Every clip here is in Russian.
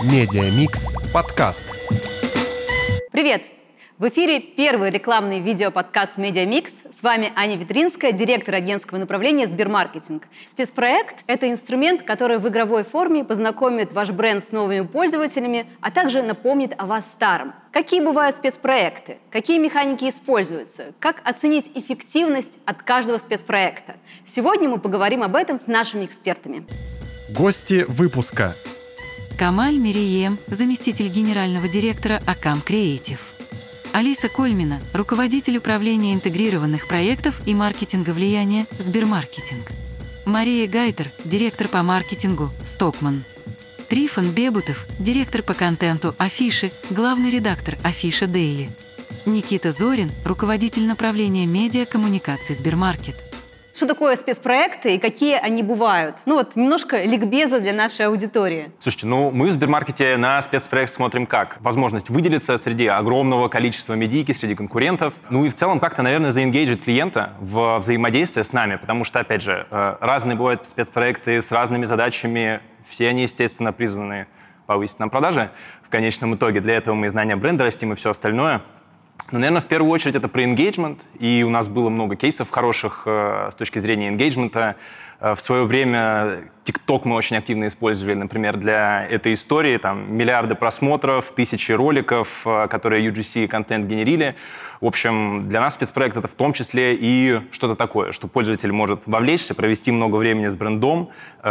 Медиамикс подкаст. Привет! В эфире первый рекламный видеоподкаст «Медиамикс». С вами Аня Ветринская, директор агентского направления «Сбермаркетинг». Спецпроект – это инструмент, который в игровой форме познакомит ваш бренд с новыми пользователями, а также напомнит о вас старом. Какие бывают спецпроекты? Какие механики используются? Как оценить эффективность от каждого спецпроекта? Сегодня мы поговорим об этом с нашими экспертами. Гости выпуска. Камаль Мерием, заместитель генерального директора Акам Креатив. Алиса Кольмина, руководитель управления интегрированных проектов и маркетинга влияния «Сбермаркетинг». Мария Гайтер, директор по маркетингу «Стокман». Трифон Бебутов, директор по контенту «Афиши», главный редактор «Афиша Дейли». Никита Зорин, руководитель направления медиа-коммуникаций «Сбермаркет». Что такое спецпроекты и какие они бывают? Немножко ликбеза для нашей аудитории. Слушайте, мы в Сбермаркете на спецпроект смотрим как? Возможность выделиться среди огромного количества медийки, среди конкурентов. И в целом как-то, наверное, заэнгейджить клиента в взаимодействие с нами, потому что, опять же, разные бывают спецпроекты с разными задачами. Все они, естественно, призваны повысить нам продажи. В конечном итоге для этого мы и знания бренда растим, и все остальное. Но, наверное, в первую очередь это про engagement, и у нас было много кейсов хороших с точки зрения engagement. В свое время TikTok мы очень активно использовали, например, для этой истории. Там миллиарды просмотров, тысячи роликов, которые UGC-контент генерили. В общем, для нас спецпроект — это в том числе и что-то такое, что пользователь может вовлечься, провести много времени с брендом,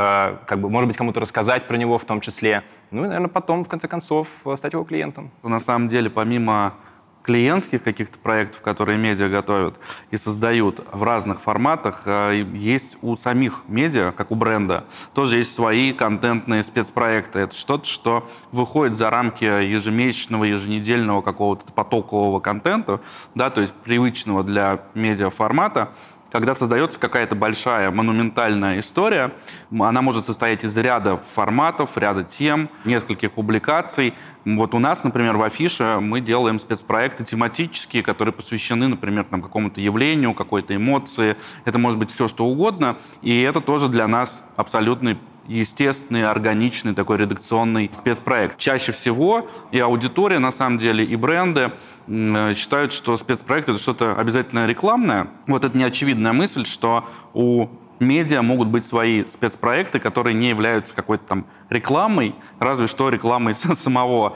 может быть, кому-то рассказать про него в том числе. И, наверное, потом, в конце концов, стать его клиентом. На самом деле, помимо клиентских каких-то проектов, которые медиа готовят и создают в разных форматах, есть у самих медиа, как у бренда, тоже есть свои контентные спецпроекты. Это что-то, что выходит за рамки ежемесячного, еженедельного какого-то потокового контента, да, то есть привычного для медиа формата. Когда создается какая-то большая монументальная история, она может состоять из ряда форматов, ряда тем, нескольких публикаций. Вот у нас, например, в Афише мы делаем спецпроекты тематические, которые посвящены, например, какому-то явлению, какой-то эмоции. Это может быть все, что угодно. И это тоже для нас абсолютный естественный, органичный такой редакционный спецпроект. Чаще всего и аудитория, на самом деле, и бренды считают, что спецпроект — это что-то обязательно рекламное. Вот это неочевидная мысль, что у медиа могут быть свои спецпроекты, которые не являются какой-то там рекламой, разве что рекламой самого,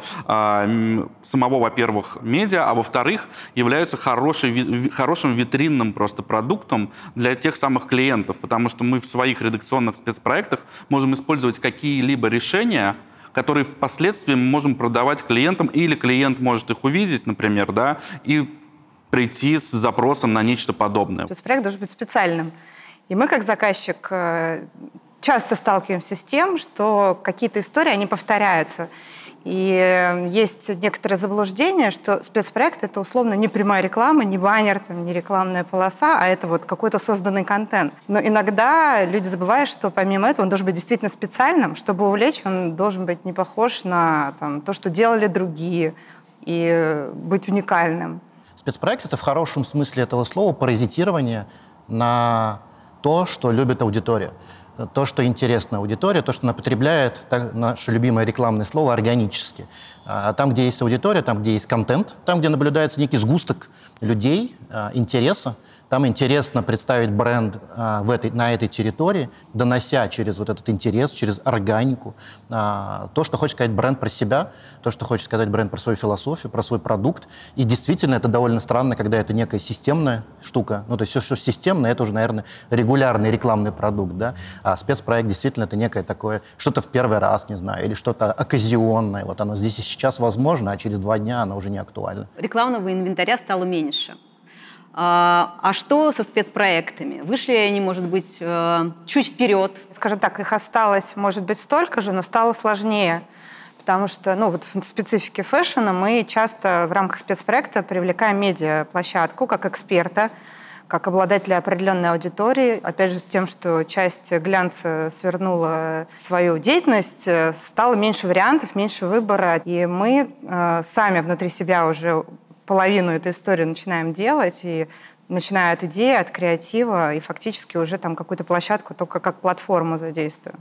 во-первых, медиа, а во-вторых, являются хорошим витринным просто продуктом для тех самых клиентов, потому что мы в своих редакционных спецпроектах можем использовать какие-либо решения, которые впоследствии мы можем продавать клиентам, или клиент может их увидеть, например, да, и прийти с запросом на нечто подобное. Спецпроект должен быть специальным. И мы, как заказчик, часто сталкиваемся с тем, что какие-то истории, они повторяются. И есть некоторое заблуждение, что спецпроект — это условно не прямая реклама, не баннер, не рекламная полоса, а это какой-то созданный контент. Но иногда люди забывают, что помимо этого он должен быть действительно специальным. Чтобы увлечь, он должен быть не похож на то, что делали другие, и быть уникальным. Спецпроект — это в хорошем смысле этого слова паразитирование на то, что любит аудитория, то, что интересно аудитории, то, что она потребляет, наше любимое рекламное слово, органически. Там, где есть аудитория, там, где есть контент, там, где наблюдается некий сгусток людей, интереса, там интересно представить бренд на этой территории, донося через этот интерес, через органику, то, что хочет сказать бренд про себя, то, что хочет сказать бренд про свою философию, про свой продукт. И действительно, это довольно странно, когда это некая системная штука. То есть все, что системное, это уже, наверное, регулярный рекламный продукт. Да? А спецпроект действительно это некое такое, что-то в первый раз, не знаю, или что-то оказионное. Вот оно здесь и сейчас возможно, а через 2 дня оно уже не актуально. Рекламного инвентаря стало меньше. А что со спецпроектами? Вышли они, может быть, чуть вперед? Скажем так, их осталось, может быть, столько же, но стало сложнее. Потому что в специфике фэшна мы часто в рамках спецпроекта привлекаем медиаплощадку как эксперта, как обладателя определенной аудитории. Опять же, с тем, что часть глянца свернула свою деятельность, стало меньше вариантов, меньше выбора. И мы сами внутри себя уже половину этой истории начинаем делать, и начиная от идеи, от креатива, и фактически уже какую-то площадку только как платформу задействуем.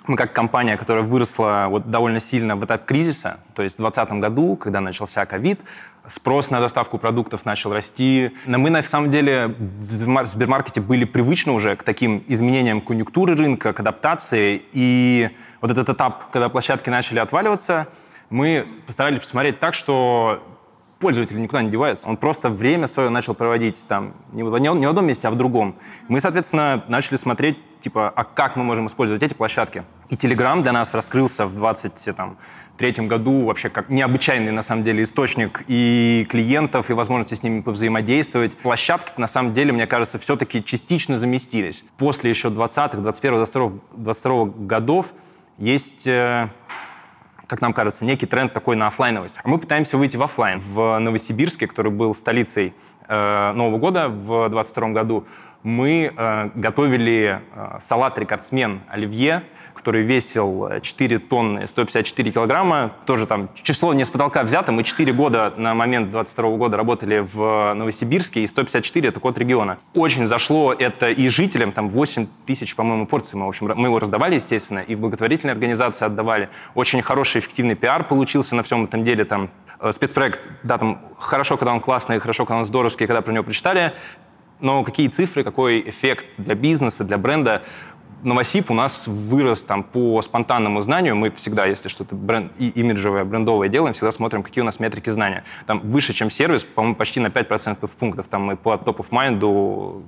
Мы как компания, которая выросла вот довольно сильно в этап кризиса, то есть в 2020 году, когда начался ковид, спрос на доставку продуктов начал расти. Но мы, на самом деле, в Сбермаркете были привычны уже к таким изменениям конъюнктуры рынка, к адаптации. И вот этот этап, когда площадки начали отваливаться, мы постарались посмотреть так, что пользователь никуда не девается. Он просто время свое начал проводить там не в одном месте, а в другом. Мы, соответственно, начали смотреть, типа, а как мы можем использовать эти площадки. И Telegram для нас раскрылся в 2023 году вообще как необычайный, на самом деле, источник и клиентов, и возможности с ними повзаимодействовать. Площадки, на самом деле, мне кажется, все-таки частично заместились. После еще 20-х, 21-го, 22-го годов есть... как нам кажется, некий тренд такой на офлайновость. А мы пытаемся выйти в офлайн. В Новосибирске, который был столицей Нового года в 2022 году, мы готовили салат-рекордсмен оливье, который весил 4 тонны 154 килограмма. Тоже там число не с потолка взято. Мы 4 года на момент 22 года работали в Новосибирске, и 154 — это код региона. Очень зашло это и жителям, там 8 тысяч, по-моему, порций. Мы его раздавали, естественно, и в благотворительные организации отдавали. Очень хороший, эффективный пиар получился на всем этом деле. Там спецпроект, да, там хорошо, когда он классный, хорошо, когда он здоровский, когда про него прочитали. Но какие цифры, какой эффект для бизнеса, для бренда? Новосиб у нас вырос там по спонтанному знанию. Мы всегда, если что-то имиджевое, брендовое делаем, всегда смотрим, какие у нас метрики знания. Там выше, чем сервис, по-моему, почти на 5% пунктов. Там мы по top of mind до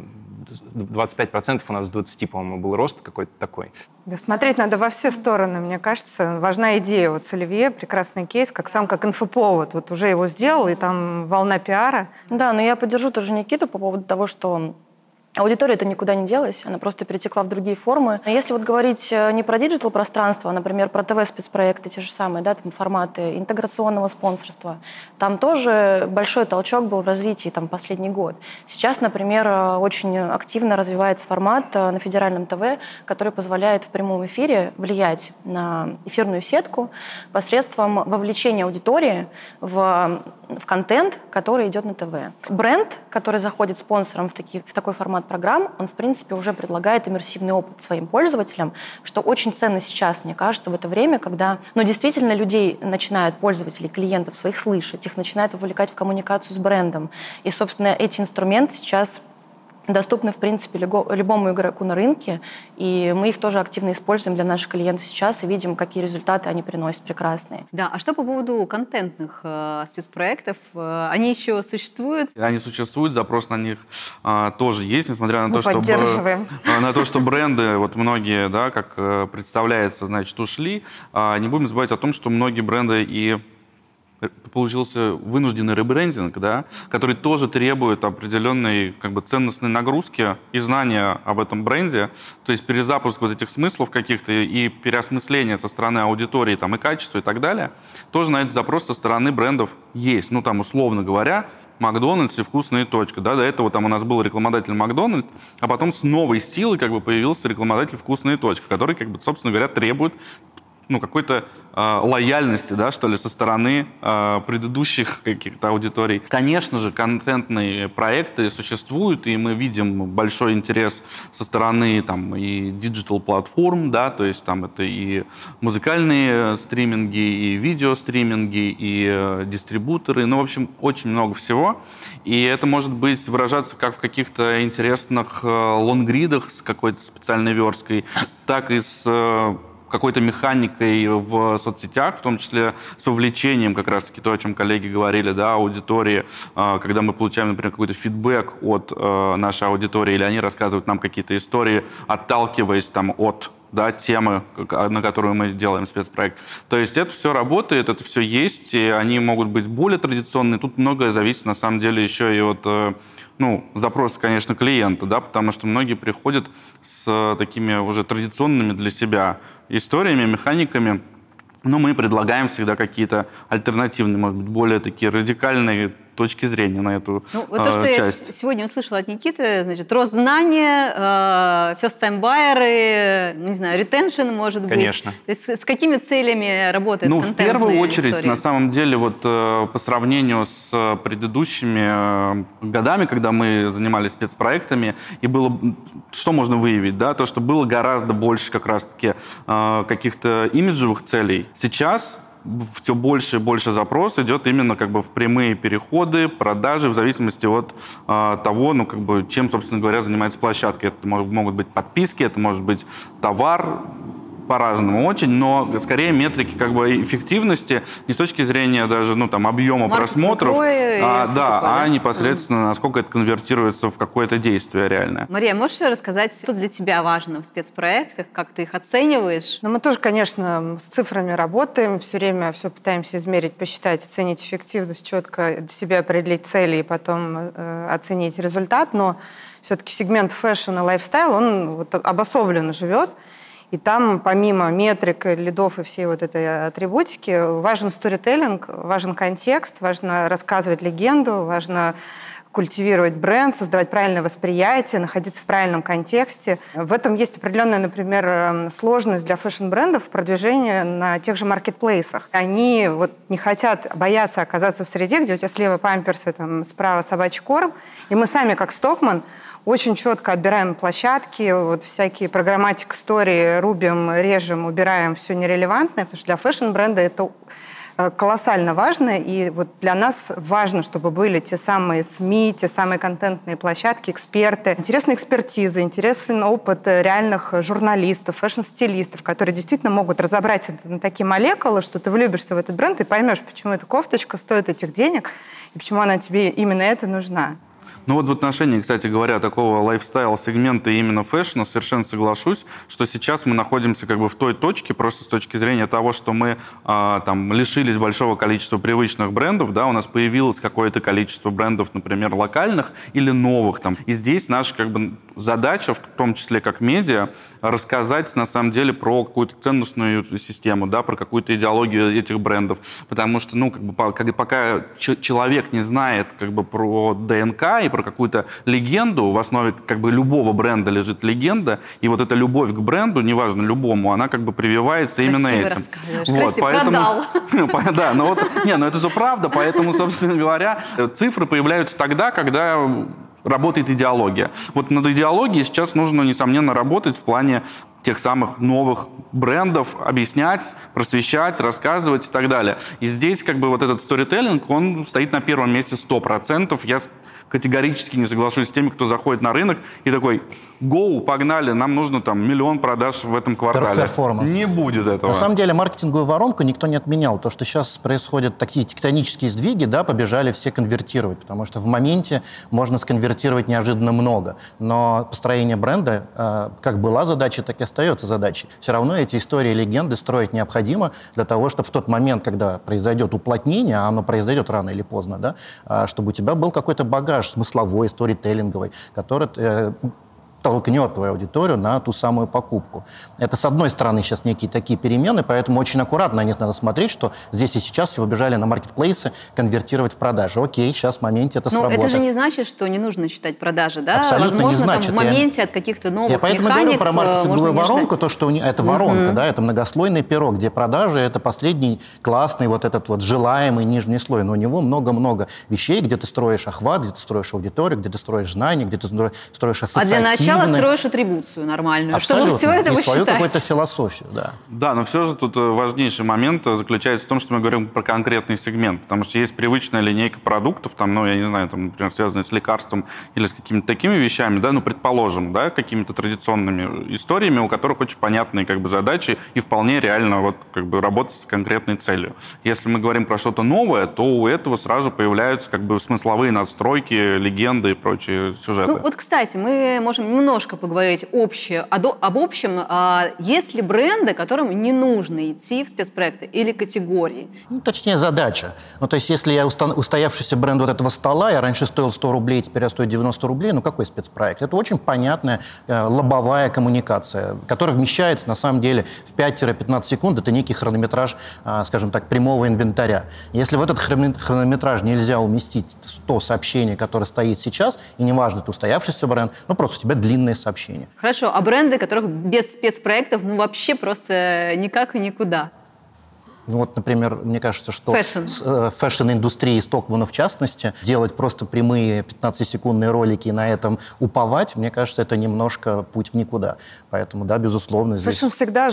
25% у нас с 20, по-моему, был рост какой-то такой. Да, смотреть надо во все стороны, мне кажется. Важна идея. Вот с Оливье прекрасный кейс, как инфоповод. Вот уже его сделал, и там волна пиара. Да, но я поддержу тоже Никиту по поводу того, что аудитория-то никуда не делась, она просто перетекла в другие формы. Если вот говорить не про диджитал-пространство, а, например, про ТВ-спецпроекты, те же самые, да, там форматы интеграционного спонсорства, там тоже большой толчок был в развитии там, последний год. Сейчас, например, очень активно развивается формат на федеральном ТВ, который позволяет в прямом эфире влиять на эфирную сетку посредством вовлечения аудитории в контент, который идет на ТВ. Бренд, который заходит спонсором в такой формат программ, он, в принципе, уже предлагает иммерсивный опыт своим пользователям, что очень ценно сейчас, мне кажется, в это время, когда действительно людей начинают, пользователей, клиентов своих слышать, их начинают вовлекать в коммуникацию с брендом. И, собственно, эти инструменты сейчас доступны, в принципе, любому игроку на рынке, и мы их тоже активно используем для наших клиентов сейчас и видим, какие результаты они приносят прекрасные. Да, а что по поводу контентных спецпроектов? Они еще существуют? Они существуют, запрос на них тоже есть, несмотря на то, что бренды, вот многие, да, как представляется, значит, ушли. Не будем забывать о том, что многие бренды и получился вынужденный ребрендинг, да, который тоже требует определенной ценностной нагрузки и знания об этом бренде, то есть перезапуск вот этих смыслов каких-то и переосмысление со стороны аудитории там, и качества и так далее, тоже на этот запрос со стороны брендов есть. Условно говоря, Макдональдс и вкусная точка. Да, до этого там у нас был рекламодатель Макдональдс, а потом с новой силой появился рекламодатель вкусная точка, который, собственно говоря, требует какой-то лояльности, да, что ли, со стороны предыдущих каких-то аудиторий. Конечно же, контентные проекты существуют, и мы видим большой интерес со стороны и диджитал-платформ, да, то есть там это и музыкальные стриминги, и видеостриминги, и дистрибуторы, в общем, очень много всего. И это может выражаться как в каких-то интересных лонгридах с какой-то специальной версткой, так и с какой-то механикой в соцсетях, в том числе с вовлечением, как раз-таки то, о чем коллеги говорили, да, аудитории, когда мы получаем, например, какой-то фидбэк от нашей аудитории, или они рассказывают нам какие-то истории, отталкиваясь от темы, на которую мы делаем спецпроект. То есть это все работает, это все есть, и они могут быть более традиционные. Тут многое зависит, на самом деле, еще и от запроса, конечно, клиента, да, потому что многие приходят с такими уже традиционными для себя историями, механиками, но мы предлагаем всегда какие-то альтернативные, может быть, более такие радикальные точки зрения на эту Вот то, что часть. я сегодня услышала от Никиты, значит, Росзнание, first-time buyers, не знаю, retention, может быть. Конечно. То есть с какими целями работает контентная в первую очередь, история? на самом деле, вот по сравнению с предыдущими годами, когда мы занимались спецпроектами, и было, что можно выявить, да, то, что было гораздо больше как раз-таки каких-то имиджевых целей. Сейчас все больше и больше запрос идет именно как бы в прямые переходы, продажи, в зависимости от того, ну, как бы, чем, собственно говоря, занимается площадка. Это могут быть подписки, это может быть товар, по-разному очень, но скорее метрики как бы эффективности не с точки зрения даже, ну, там, объема просмотров, а непосредственно насколько это конвертируется в какое-то действие реальное. Мария, можешь рассказать, что для тебя важно в спецпроектах, как ты их оцениваешь? Ну, мы тоже, конечно, с цифрами работаем, все время все пытаемся измерить, посчитать, оценить эффективность, четко для себя определить цели и потом оценить результат, но все-таки сегмент фэшн и лайфстайл, он вот обособленно живет. И там, помимо метрик, лидов и всей вот этой атрибутики, важен сторителлинг, важен контекст, важно рассказывать легенду, важно культивировать бренд, создавать правильное восприятие, находиться в правильном контексте. В этом есть определенная, например, сложность для фэшн-брендов продвижения на тех же маркетплейсах. Они вот не хотят, боятся оказаться в среде, где у тебя слева памперсы, там, справа собачий корм, и мы сами, как Stockmann, очень четко отбираем площадки, вот всякие программатик истории рубим, режем, убираем все нерелевантное, потому что для фэшн-бренда это колоссально важно, и вот для нас важно, чтобы были те самые СМИ, те самые контентные площадки, эксперты, интересная экспертиза, интересный опыт реальных журналистов, фэшн-стилистов, которые действительно могут разобрать это на такие молекулы, что ты влюбишься в этот бренд и поймешь, почему эта кофточка стоит этих денег и почему она тебе именно это нужна. Ну вот в отношении, кстати говоря, такого лайфстайл-сегмента именно фэшна совершенно соглашусь, что сейчас мы находимся как бы в той точке, просто с точки зрения того, что мы там лишились большого количества привычных брендов, да, у нас появилось какое-то количество брендов, например, локальных или новых там. И здесь наша как бы задача, в том числе как медиа, рассказать на самом деле про какую-то ценностную систему, да, про какую-то идеологию этих брендов, потому что, ну, как бы пока человек не знает как бы про ДНК и про какую-то легенду, в основе как бы любого бренда лежит легенда, и вот эта любовь к бренду, неважно любому, она как бы прививается именно этим. Вот, поэтому, продал. Да, но вот, но это же правда, поэтому, собственно говоря, цифры появляются тогда, когда работает идеология. Вот над идеологией сейчас нужно, несомненно, работать в плане тех самых новых брендов, объяснять, просвещать, рассказывать и так далее. И здесь как бы вот этот сторителлинг, он стоит на первом месте 100%. Я категорически не соглашусь с теми, кто заходит на рынок и такой: «Гоу, погнали, нам нужно там 1 миллион продаж в этом квартале». Перформанс. Не будет этого. На самом деле маркетинговую воронку никто не отменял. То, что сейчас происходят такие тектонические сдвиги, да, побежали все конвертировать, потому что в моменте можно сконвертировать неожиданно много. Но построение бренда как была задача, так и остается задачей. Все равно эти истории и легенды строить необходимо для того, чтобы в тот момент, когда произойдет уплотнение, а оно произойдет рано или поздно, да, чтобы у тебя был какой-то багаж смысловой, сторителлинговый, который толкнет твою аудиторию на ту самую покупку. Это, с одной стороны, сейчас некие такие перемены, поэтому очень аккуратно на них надо смотреть, что здесь и сейчас все побежали на маркетплейсы конвертировать в продажи. Окей, сейчас в моменте это сработает. Но это же не значит, что не нужно считать продажи, да? Абсолютно возможно, не значит. Там, в моменте от каких-то новых механик. Я поэтому говорю про маркетинговую воронку, то, что это воронка, да, это многослойный пирог, где продажи — это последний классный вот этот вот желаемый нижний слой, но у него много-много вещей, где ты строишь охват, где ты строишь аудиторию, где ты строишь знания, где ты строишь ассоциативные. А для начала строишь атрибуцию нормальную, абсолютно. Чтобы все это и свою считать. какую-то философию, да. Да, но все же тут важнейший момент заключается в том, что мы говорим про конкретный сегмент, потому что есть привычная линейка продуктов, там, ну, я не знаю, там, например, связанные с лекарством или с какими-то такими вещами, да, ну, предположим, да, какими-то традиционными историями, у которых очень понятные как бы задачи и вполне реально вот как бы работать с конкретной целью. Если мы говорим про что-то новое, то у этого сразу появляются как бы смысловые надстройки, легенды и прочие сюжеты. Ну, вот, кстати, мы можем немножко поговорить об общем. Есть ли бренды, которым не нужно идти в спецпроекты или категории? Точнее, задача. То есть, если я устоявшийся бренд вот этого стола, я раньше стоил 100 рублей, теперь я стою 90 рублей, какой спецпроект? Это очень понятная лобовая коммуникация, которая вмещается, на самом деле, в 5-15 секунд. Это некий хронометраж, скажем так, прямого инвентаря. Если в этот хронометраж нельзя уместить 100 сообщений, которые стоит сейчас, и неважно, ты устоявшийся бренд, просто у тебя длинные сообщения. Хорошо, а бренды, которых без спецпроектов вообще просто никак и никуда? Например, мне кажется, что фэшн-индустрии Стокмана в частности, делать просто прямые 15-секундные ролики и на этом уповать, мне кажется, это немножко путь в никуда. Поэтому, да, безусловно, здесь... Фэшн всегда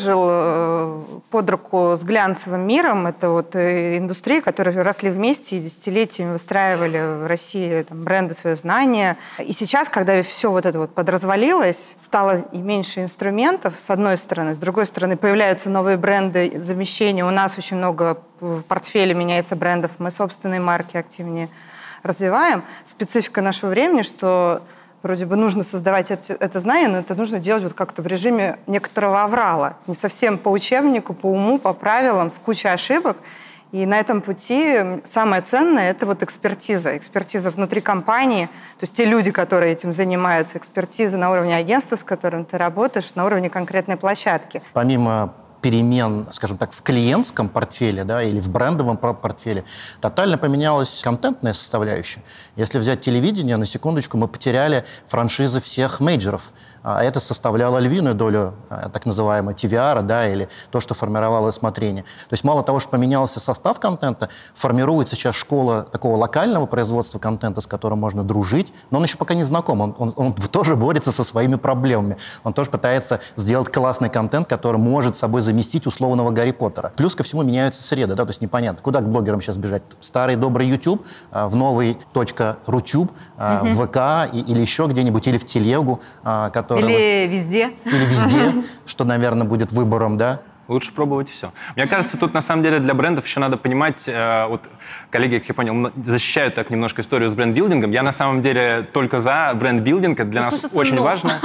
жил под руку с глянцевым миром. Это индустрии, которые росли вместе и десятилетиями выстраивали в России бренды, свое знание. И сейчас, когда все это подразвалилось, стало и меньше инструментов, с одной стороны. С другой стороны, появляются новые бренды, замещения. У нас очень много в портфеле меняется брендов, мы собственные марки активнее развиваем. Специфика нашего времени, что вроде бы нужно создавать это знание, но это нужно делать как-то в режиме некоторого аврала. Не совсем по учебнику, по уму, по правилам, с кучей ошибок. И на этом пути самое ценное – это экспертиза. Экспертиза внутри компании, то есть те люди, которые этим занимаются, экспертиза на уровне агентства, с которым ты работаешь, на уровне конкретной площадки. Помимо перемен, скажем так, в клиентском портфеле, да, или в брендовом портфеле, тотально поменялась контентная составляющая. Если взять телевидение, на секундочку, мы потеряли франшизы всех мейджоров. А это составляло львиную долю так называемого TVR, да, или то, что формировало смотрение. То есть мало того, что поменялся состав контента, формируется сейчас школа такого локального производства контента, с которым можно дружить, но он еще пока не знаком, он тоже борется со своими проблемами. Он тоже пытается сделать классный контент, который может собой заместить условного Гарри Поттера. Плюс ко всему меняются среды, да, то есть непонятно, куда к блогерам сейчас бежать. Старый добрый YouTube, в новый .рутюб, в ВК или еще где-нибудь, или в телегу, который... Или везде. Или везде, что, наверное, будет выбором, да? Лучше пробовать все. Мне кажется, тут на самом деле для брендов еще надо понимать, коллеги, как я понял, защищают так немножко историю с бренд-билдингом. Я на самом деле только за бренд-билдинг, это для нас очень важно.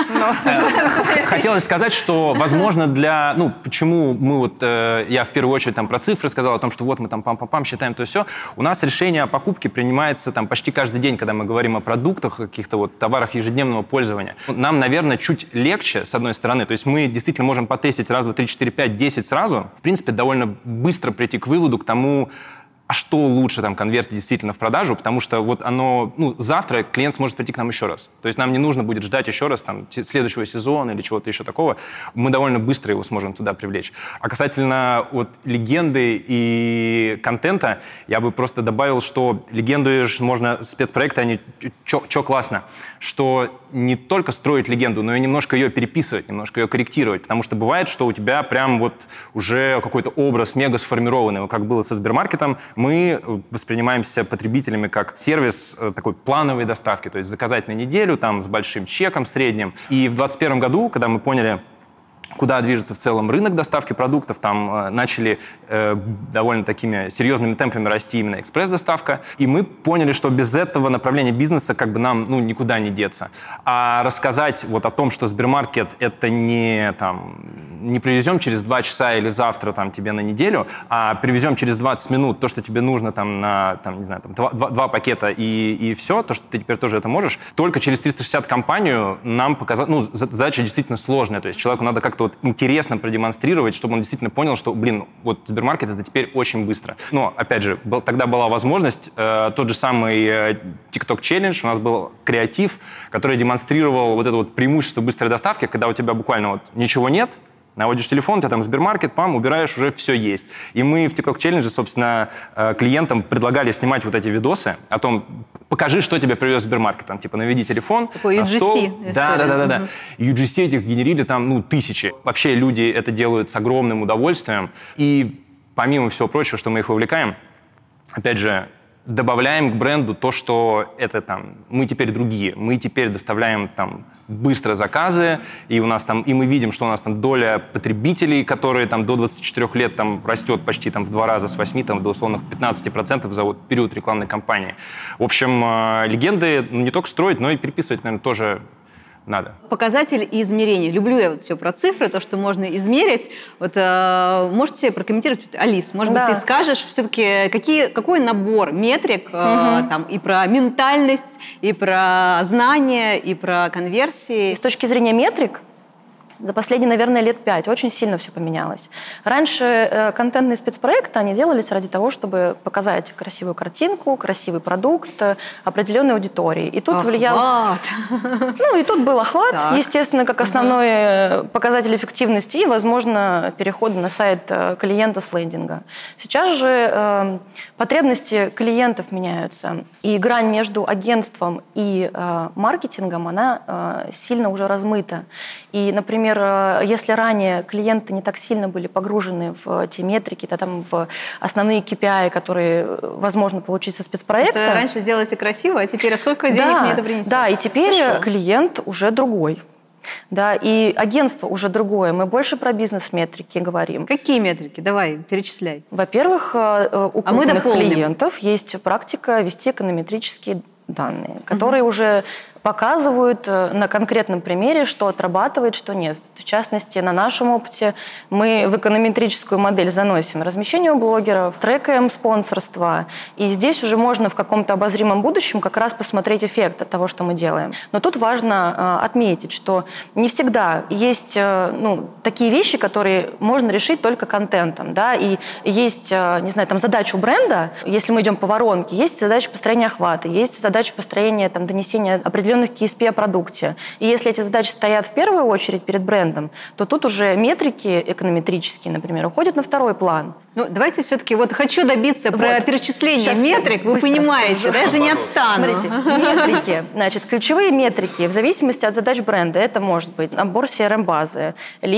Хотелось сказать, что, возможно, почему мы я в первую очередь про цифры сказал, о том, что мы пам-пам-пам считаем то и все. У нас решение о покупке принимается почти каждый день, когда мы говорим о продуктах, каких-то товарах ежедневного пользования. Нам, наверное, чуть легче, с одной стороны, то есть мы действительно можем потестить раз, два, три, четыре, пять, 10 сразу, в принципе, довольно быстро прийти к выводу, к тому, а что лучше конвертить действительно в продажу, потому что завтра клиент сможет прийти к нам еще раз. То есть нам не нужно будет ждать еще раз следующего сезона или чего-то еще такого. Мы довольно быстро его сможем туда привлечь. А касательно легенды и контента, я бы просто добавил, что легенду можно, спецпроекты, они что классно, что не только строить легенду, но и немножко ее переписывать, немножко ее корректировать, потому что бывает, что у тебя прям уже какой-то образ мега сформированный, как было со Сбермаркетом. Мы воспринимаемся потребителями как сервис такой плановой доставки, то есть заказать на неделю с большим чеком средним. И в 2021 году, когда мы поняли, куда движется в целом рынок доставки продуктов, начали довольно такими серьезными темпами расти именно экспресс-доставка. И мы поняли, что без этого направления бизнеса нам никуда не деться. А рассказать о том, что Сбермаркет — это не привезем через 2 часа или завтра тебе на неделю, а привезем через 20 минут то, что тебе нужно на 2 пакета и все, то, что ты теперь тоже это можешь. Только через 360 компанию нам показать, задача действительно сложная. То есть человеку надо как-то интересно продемонстрировать, чтобы он действительно понял, что, Сбермаркет — это теперь очень быстро. Но, опять же, тогда была возможность, тот же самый TikTok Challenge, у нас был креатив, который демонстрировал это преимущество быстрой доставки, когда у тебя буквально ничего нет, наводишь телефон, у тебя Сбермаркет, убираешь, уже все есть. И мы в TikTok Challenge, собственно, клиентам предлагали снимать эти видосы о том, покажи, что тебе привез Сбермаркет. наведи телефон. Такой UGC. Да. UGC этих генерили тысячи. Вообще люди это делают с огромным удовольствием. И помимо всего прочего, что мы их вовлекаем, опять же, добавляем к бренду то, что это мы теперь другие, мы теперь доставляем быстро заказы, и у нас и мы видим, что у нас доля потребителей, которые до 24 лет растет почти в 2 раза, с 8 до условных 15% за период рекламной кампании. В общем, легенды не только строить, но и переписывать, наверное, тоже надо. Показатели и измерения. Люблю я вот все про цифры, то, что можно измерить. Вот можете прокомментировать, Алис, может быть, ты скажешь все-таки, какой набор метрик там и про ментальность, и про знания, и про конверсии? С точки зрения метрик, за последние, наверное, лет 5 очень сильно все поменялось. Раньше контентные спецпроекты, они делались ради того, чтобы показать красивую картинку, красивый продукт определенной аудитории. И тут влиял... Ну, и тут был охват, естественно, как основной показатель эффективности и, возможно, переход на сайт клиента с лендинга. Сейчас же потребности клиентов меняются, и грань между агентством и маркетингом, она сильно уже размыта. И, например, если ранее клиенты не так сильно были погружены в те метрики, там, в основные KPI, которые возможно получить со спецпроекта. Что раньше делаете красиво, а теперь сколько денег мне это принесет? Да, и теперь клиент уже другой. Да, и агентство уже другое. Мы больше про бизнес-метрики говорим. Какие метрики? Давай, перечисляй. Во-первых, у крупных клиентов есть практика вести эконометрические данные, которые уже показывают на конкретном примере, что отрабатывает, что нет. В частности, на нашем опыте мы в эконометрическую модель заносим размещение у блогеров, трекаем спонсорство, и здесь уже можно в каком-то обозримом будущем как раз посмотреть эффект от того, что мы делаем. Но тут важно отметить, что не всегда есть такие вещи, которые можно решить только контентом. Да? И есть, не знаю, там задача у бренда, если мы идем по воронке, есть задача построения охвата, есть задача построения, там, донесения определенных KSP о продукте. И если эти задачи стоят в первую очередь перед брендом, то тут уже метрики эконометрические, например, уходят на второй план. Ну, давайте все-таки, хочу добиться про перечисление сейчас метрик, вы понимаете, да, я же не отстану. Смотрите, метрики. Значит, ключевые метрики в зависимости от задач бренда, это может быть набор CRM-базы,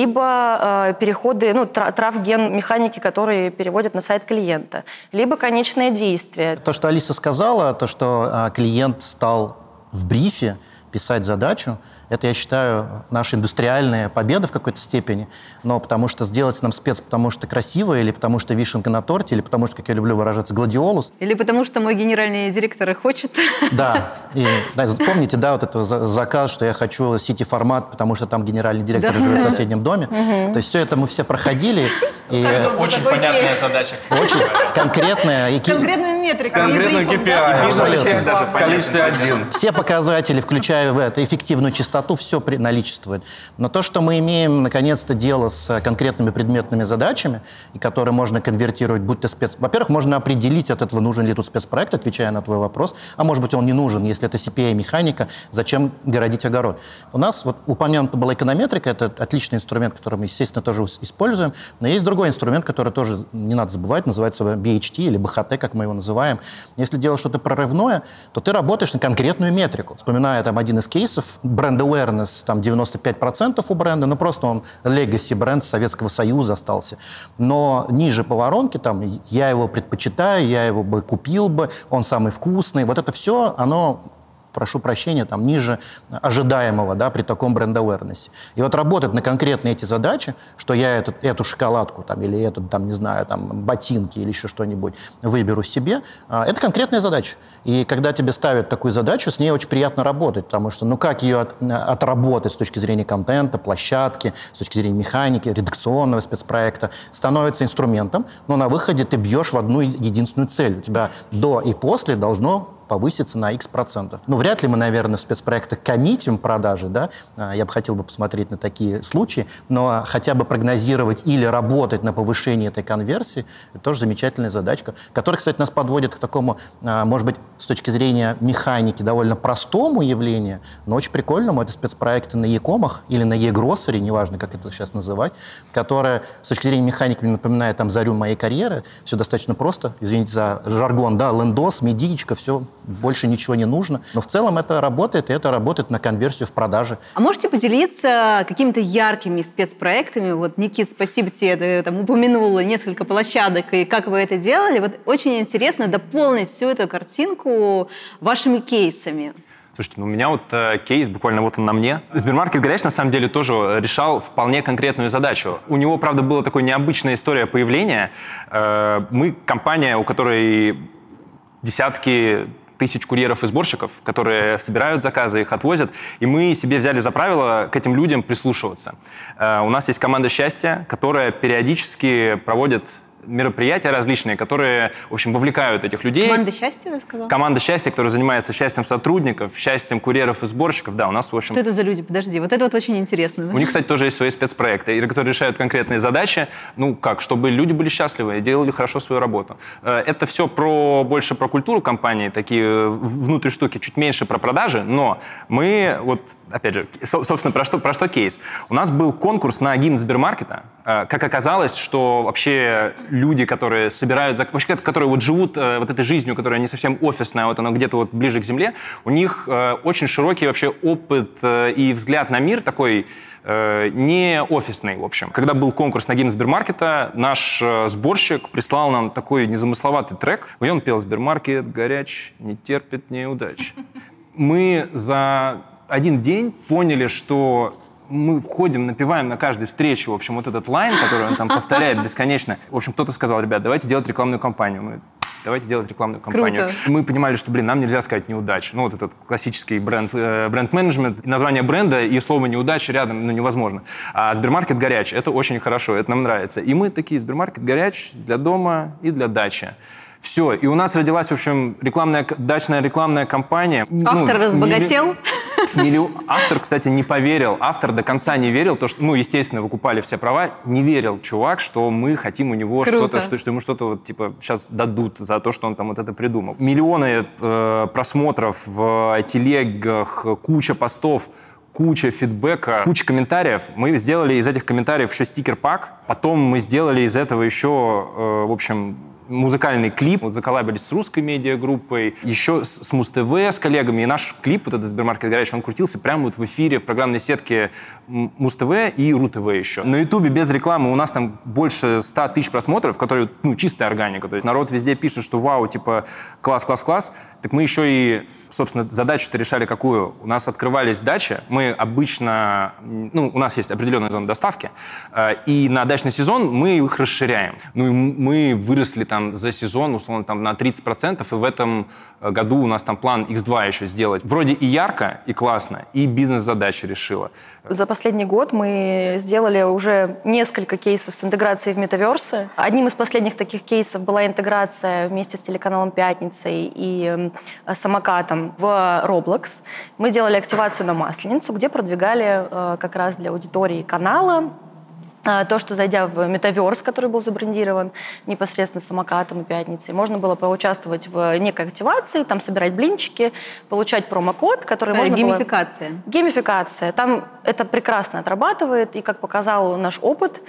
либо переходы, трафген механики, которые переводят на сайт клиента, либо конечное действие. То, что Алиса сказала, то, что клиент стал в брифе писать задачу, это, я считаю, наша индустриальная победа в какой-то степени, но потому что сделать нам спец, потому что красиво, или потому что вишенка на торте, или потому что, как я люблю выражаться, гладиолус. Или потому что мой генеральный директор хочет. Да. И, помните, вот этот заказ, что я хочу сити-формат, потому что там генеральный директор живет в соседнем доме. То есть все это мы все проходили. Очень понятная задача, кстати. Очень конкретная. С конкретными метриками. С конкретным KPI. Абсолютно. В количестве 1. Все показатели, включая в это эффективную частоту, все наличествует. Но то, что мы имеем, наконец-то, дело с конкретными предметными задачами, и которые можно конвертировать, будь то спец... Во-первых, можно определить от этого, нужен ли тут спецпроект, отвечая на твой вопрос, а может быть, он не нужен. Если это CPA-механика, зачем городить огород? У нас упомянута была эконометрика, это отличный инструмент, который мы, естественно, тоже используем, но есть другой инструмент, который тоже не надо забывать, называется BHT или BHT, как мы его называем. Если делать что-то прорывное, то ты работаешь на конкретную метрику. Вспоминая один из кейсов, бренд awareness, там 95% у бренда, просто он legacy бренд Советского Союза остался. Но ниже по воронке, там, я его предпочитаю, я его бы купил бы, он самый вкусный. Вот это все, оно, прошу прощения, там, ниже ожидаемого, да, при таком бренд-ауэрнессе. И работать на конкретные эти задачи, что я эту шоколадку там, или этот, там, не знаю, там, ботинки или еще что-нибудь выберу себе, это конкретная задача. И когда тебе ставят такую задачу, с ней очень приятно работать, потому что, как ее отработать с точки зрения контента, площадки, с точки зрения механики, редакционного спецпроекта, становится инструментом, но на выходе ты бьешь в одну единственную цель. У тебя до и после должно повысится на X%. Вряд ли мы, наверное, в спецпроектах коммитим продажи, да, я бы хотел посмотреть на такие случаи, но хотя бы прогнозировать или работать на повышении этой конверсии, это тоже замечательная задачка, которая, кстати, нас подводит к такому, может быть, с точки зрения механики, довольно простому явлению, но очень прикольному. Это спецпроекты на e-комах или на e-гроссере, неважно, как это сейчас называть, которая с точки зрения механики мне напоминает зарю моей карьеры. Все достаточно просто, извините за жаргон, да, лендос, медичка, все, больше ничего не нужно. Но в целом это работает, и это работает на конверсию в продаже. А можете поделиться какими-то яркими спецпроектами? Никит, спасибо тебе, ты упомянула несколько площадок, и как вы это делали. Очень интересно дополнить всю эту картинку вашими кейсами. Слушайте, у меня кейс, буквально он на мне. Сбермаркет Горяч, на самом деле, тоже решал вполне конкретную задачу. У него, правда, была такая необычная история появления. Мы компания, у которой десятки тысяч курьеров и сборщиков, которые собирают заказы, их отвозят. И мы себе взяли за правило к этим людям прислушиваться. У нас есть команда счастья, которая периодически проводит мероприятия различные, которые, в общем, вовлекают этих людей. Команда счастья, ты сказал? Команда счастья, которая занимается счастьем сотрудников, счастьем курьеров и сборщиков. Да, у нас, в общем... Что это за люди? Подожди, вот это вот очень интересно. У них, кстати, тоже есть свои спецпроекты, которые решают конкретные задачи. Ну, как? Чтобы люди были счастливы и делали хорошо свою работу. Это все больше про культуру компании, такие внутренние штуки, чуть меньше про продажи, но мы, вот, опять же, собственно, про что кейс? У нас был конкурс на гимн Сбермаркета. Как оказалось, что вообще люди, которые собирают, вообще, которые вот живут вот этой жизнью, которая не совсем офисная, вот она где-то вот ближе к земле, у них очень широкий вообще опыт и взгляд на мир такой не офисный, в общем. Когда был конкурс на гимн Сбермаркета, наш сборщик прислал нам такой незамысловатый трек, и он пел «Сбермаркет горяч, не терпит неудач». Мы за один день поняли, что мы ходим, напеваем на каждой встрече, в общем, вот этот лайн, который он там повторяет бесконечно. В общем, кто-то сказал: ребят, давайте делать рекламную кампанию. Давайте делать рекламную кампанию. Круто. Мы понимали, что, нам нельзя сказать неудач. Ну, вот этот классический бренд-менеджмент, название бренда и слово неудача рядом, невозможно. А Сбермаркет горяч — это очень хорошо, это нам нравится. И мы такие: Сбермаркет горяч для дома и для дачи. Все. И у нас родилась, в общем, дачная рекламная кампания. Автор разбогател? Автор, кстати, не поверил. Автор до конца не верил. Естественно, выкупали все права. Не верил чувак, что мы хотим у него что-то, что ему что-то вот, типа, сейчас дадут за то, что он там вот это придумал. Миллионы просмотров в телегах, куча постов, куча фидбэка, куча комментариев. Мы сделали из этих комментариев еще стикер-пак. Потом мы сделали из этого еще, в общем, музыкальный клип. Вот заколлабились с русской медиагруппой, еще с Муз-ТВ, с коллегами. И наш клип, вот этот «Сбермаркет горячий», он крутился прямо вот в эфире, в программной сетке Муз-ТВ и РУ-ТВ еще. На Ютубе без рекламы у нас там больше 100 тысяч просмотров, которые, чистая органика. То есть народ везде пишет, что вау, типа, класс. Так мы еще и, собственно, задачу-то решали какую? У нас открывались дачи. Мы обычно... у нас есть определенная зона доставки. И на дачный сезон мы их расширяем. И мы выросли там за сезон, условно, там на 30%. И в этом году у нас там план X2 еще сделать. Вроде и ярко, и классно, и бизнес-задачи решила. За последний год мы сделали уже несколько кейсов с интеграцией в метаверсы. Одним из последних таких кейсов была интеграция вместе с телеканалом «Пятницей» и самокатом в Roblox. Мы делали активацию на Масленицу, где продвигали как раз для аудитории канала то, что, зайдя в метаверс, который был забрендирован непосредственно самокатом и «Пятницей», можно было поучаствовать в некой активации, там собирать блинчики, получать промокод, который можно геймификация. Геймификация. Там это прекрасно отрабатывает, и, как показал наш опыт,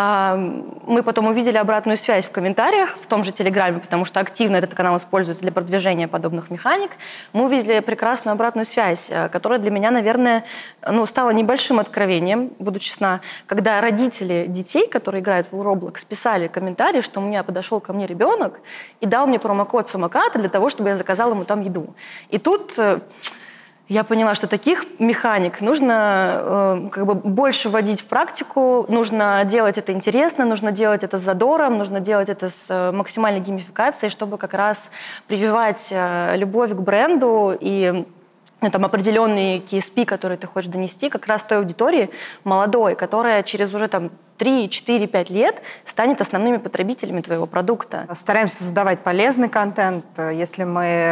мы потом увидели обратную связь в комментариях, в том же Телеграме, потому что активно этот канал используется для продвижения подобных механик. Мы увидели прекрасную обратную связь, которая для меня, наверное, стала небольшим откровением, буду честна, когда родители детей, которые играют в Roblox, писали комментарии, что у меня подошел ко мне ребенок и дал мне промокод самоката для того, чтобы я заказала ему там еду. И тут я поняла, что таких механик нужно больше вводить в практику, нужно делать это интересно, нужно делать это с задором, нужно делать это с максимальной геймификацией, чтобы как раз прививать любовь к бренду и там определенный KSP, который ты хочешь донести, как раз той аудитории молодой, которая через уже 3, 4, 5 лет станет основными потребителями твоего продукта. Стараемся создавать полезный контент. Если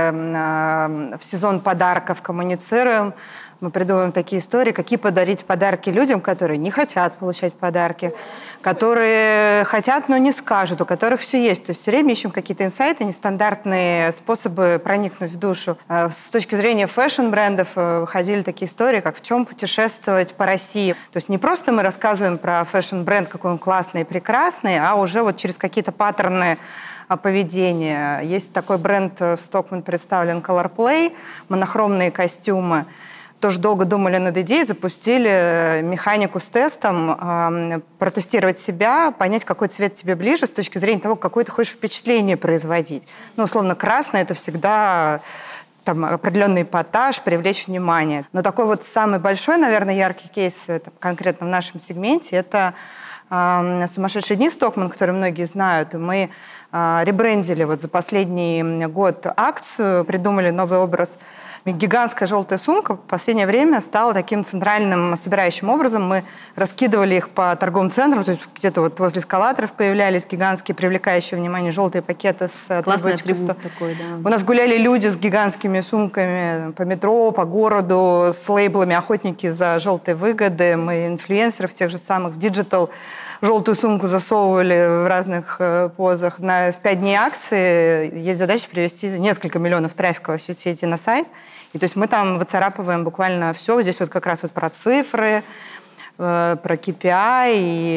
мы в сезон подарков коммуницируем, мы придумываем такие истории, какие подарить подарки людям, которые не хотят получать подарки, которые хотят, но не скажут, у которых все есть. То есть все время ищем какие-то инсайты, нестандартные способы проникнуть в душу. С точки зрения фэшн-брендов выходили такие истории, как в чем путешествовать по России. То есть не просто мы рассказываем про фэшн-бренд, какой он классный и прекрасный, а уже вот через какие-то паттерны поведения. Есть такой бренд в Stockmann представлен Colorplay, монохромные костюмы. Тоже долго думали над идеей, запустили механику с тестом, протестировать себя, понять, какой цвет тебе ближе с точки зрения того, какое ты хочешь впечатление производить. Условно, красный — это всегда определенный эпатаж, привлечь внимание. Но такой вот самый большой, наверное, яркий кейс конкретно в нашем сегменте — это «Сумасшедшие дни» Stockmann, которые многие знают. Мы ребрендили вот за последний год акцию, придумали новый образ. Гигантская желтая сумка в последнее время стала таким центральным собирающим образом. Мы раскидывали их по торговым центрам, то есть где-то вот возле эскалаторов появлялись гигантские, привлекающие внимание желтые пакеты с классный атрибут такой, да. У нас гуляли люди с гигантскими сумками по метро, по городу, с лейблами «Охотники за желтые выгоды». Мы инфлюенсеров тех же самых в диджитал желтую сумку засовывали в разных позах. В 5 дней акции есть задача привести несколько миллионов трафика во все сети на сайт. И то есть мы там выцарапываем буквально все. Здесь вот как раз вот про цифры, про KPI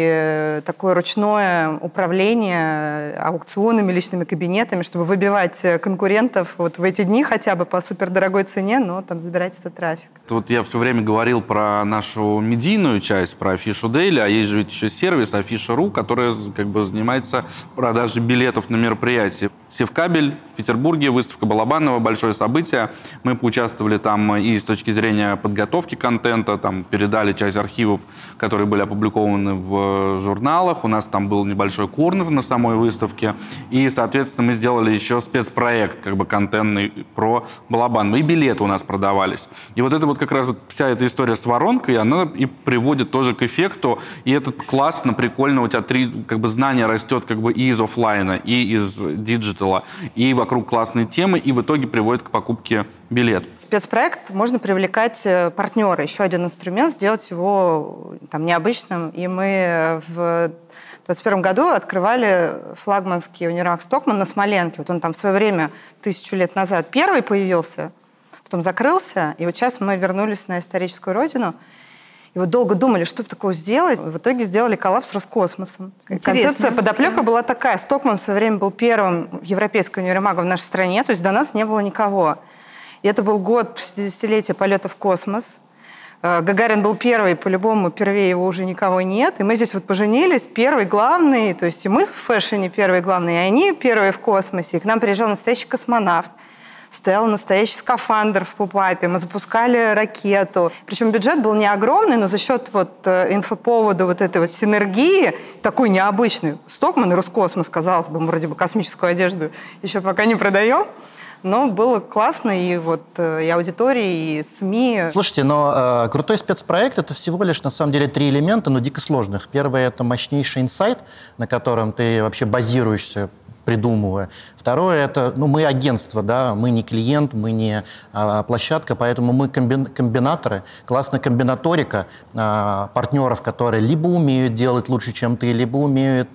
и такое ручное управление аукционами, личными кабинетами, чтобы выбивать конкурентов вот в эти дни хотя бы по супердорогой цене, но там забирать этот трафик. Вот я все время говорил про нашу медийную часть, про Афишу Дейли, а есть же ведь еще сервис Афиша.ру, который как бы занимается продажей билетов на мероприятия. Севкабель в Петербурге, выставка Балабанова, большое событие. Мы поучаствовали там и с точки зрения подготовки контента, там передали часть архивов, которые были опубликованы в журналах. У нас там был небольшой корнер на самой выставке. И, соответственно, мы сделали еще спецпроект, как бы контентный про Балабанова. И билеты у нас продавались. И вот это вот как раз вот вся эта история с воронкой, она и приводит тоже к эффекту. И это классно, прикольно. У тебя как бы знание растет как бы и из офлайна, и из диджитала, и вокруг классные темы, и в итоге приводит к покупке билетов. Спецпроект можно привлекать партнера. Еще один инструмент, сделать его там необычным. И мы в 2021 году открывали флагманский универмаг Stockmann на Смоленке. Вот он там в свое время, 1000 лет назад, первый появился, потом закрылся, и вот сейчас мы вернулись на историческую родину. И вот долго думали, что бы такого сделать. В итоге сделали коллаб с Роскосмосом. Концепция, подоплека была такая. Stockmann в свое время был первым европейским универмагом в нашей стране, то есть до нас не было никого. И это был год 60-летия полета в космос. Гагарин был первый, по-любому, первее его уже никого нет. И мы здесь вот поженились, первый, главный, то есть и мы в фэшне первые главные, и они первые в космосе. И к нам приезжал настоящий космонавт. Стоял настоящий скафандр в попапе, мы запускали ракету. Причем бюджет был не огромный, но за счет вот инфоповода, вот этой вот синергии, такой необычный. Stockmann и Роскосмос, казалось бы, мы вроде бы космическую одежду еще пока не продаем. Но было классно, и вот и аудитории, и СМИ. Слушайте, но крутой спецпроект — это всего лишь, на самом деле, 3 элемента, но дико сложных. Первое — это мощнейший инсайт, на котором ты вообще базируешься, придумывая. Второе — это, мы агентство, да, мы не клиент, мы не площадка, поэтому мы комбинаторы, классная комбинаторика партнеров, которые либо умеют делать лучше, чем ты, либо умеют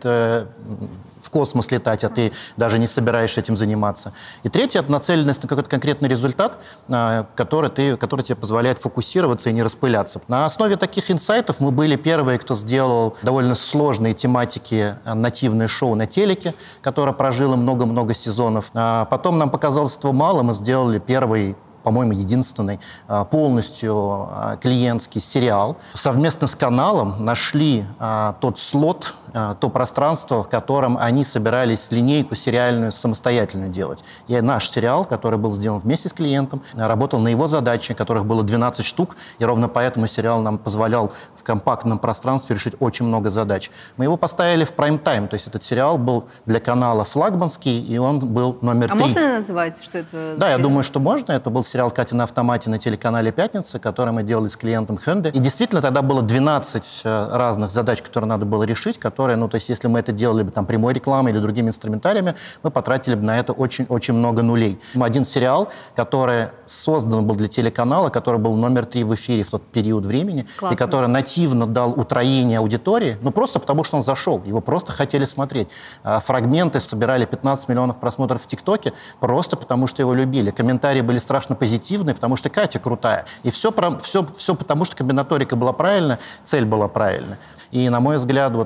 в космос летать, а ты даже не собираешься этим заниматься. И третье — это нацеленность на какой-то конкретный результат, который тебе позволяет фокусироваться и не распыляться. На основе таких инсайтов мы были первые, кто сделал довольно сложные тематики нативное шоу на телеке, которое прожило много-много сезонов. А потом нам показалось этого мало, мы сделали первый, по-моему, единственный полностью клиентский сериал. Совместно с каналом нашли тот слот, то пространство, в котором они собирались линейку сериальную самостоятельно делать. И наш сериал, который был сделан вместе с клиентом, работал на его задачи, которых было 12 штук, и ровно поэтому сериал нам позволял в компактном пространстве решить очень много задач. Мы его поставили в прайм-тайм, то есть этот сериал был для канала флагманский, и он был номер 3. А можно называть, что это? Да, я думаю, что можно. Это был сериал «Катя на автомате» на телеканале «Пятница», который мы делали с клиентом Hyundai. И действительно тогда было 12 разных задач, которые надо было решить, которые, то есть если мы это делали бы там прямой рекламой или другими инструментариями, мы потратили бы на это очень-очень много нулей. Один сериал, который создан был для телеканала, который был номер 3 в эфире в тот период времени, Классно. и который нативно дал утроение аудитории, просто потому что он зашел, его просто хотели смотреть. Фрагменты собирали 15 миллионов просмотров в ТикТоке просто потому, что его любили. Комментарии были страшно позитивные, потому что Катя крутая. И все потому, что комбинаторика была правильная, цель была правильная. И, на мой взгляд, вот сейчас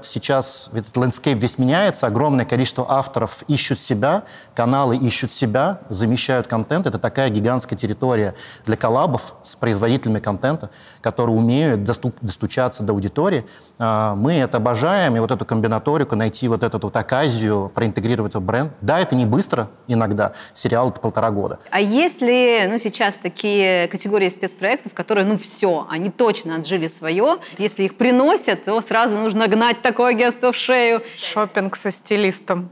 сейчас этот ландскейп весь меняется, огромное количество авторов ищут себя, каналы ищут себя, замещают контент. Это такая гигантская территория для коллабов с производителями контента, которые умеют достучаться до аудитории. Мы это обожаем, и вот эту комбинаторику, найти вот эту вот оказию, проинтегрировать в бренд. Да, это не быстро иногда, сериал — это 1,5 года. А есть ли сейчас такие категории спецпроектов, которые, все, они точно отжили свое, если их приносят, то сразу нужно гнать такое агентство в шею? Шопинг со стилистом.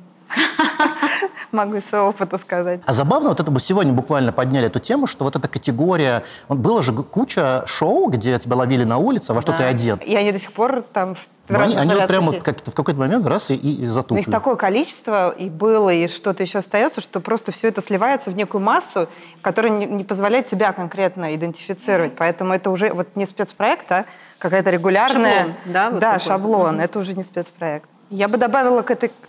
Могу из своего опыта сказать. А забавно, вот это бы сегодня буквально подняли эту тему, что вот эта категория... Было же куча шоу, где тебя ловили на улице, во что ты одет. И они до сих пор там... Они вот прямо в какой-то момент раз и затухли. Их такое количество и было, и что-то еще остается, что просто все это сливается в некую массу, которая не позволяет тебя конкретно идентифицировать. Поэтому это уже вот не спецпроект, а какая-то регулярная... Шаблон, да? Вот да, такой. шаблон. Это уже не спецпроект. Я бы добавила к этой,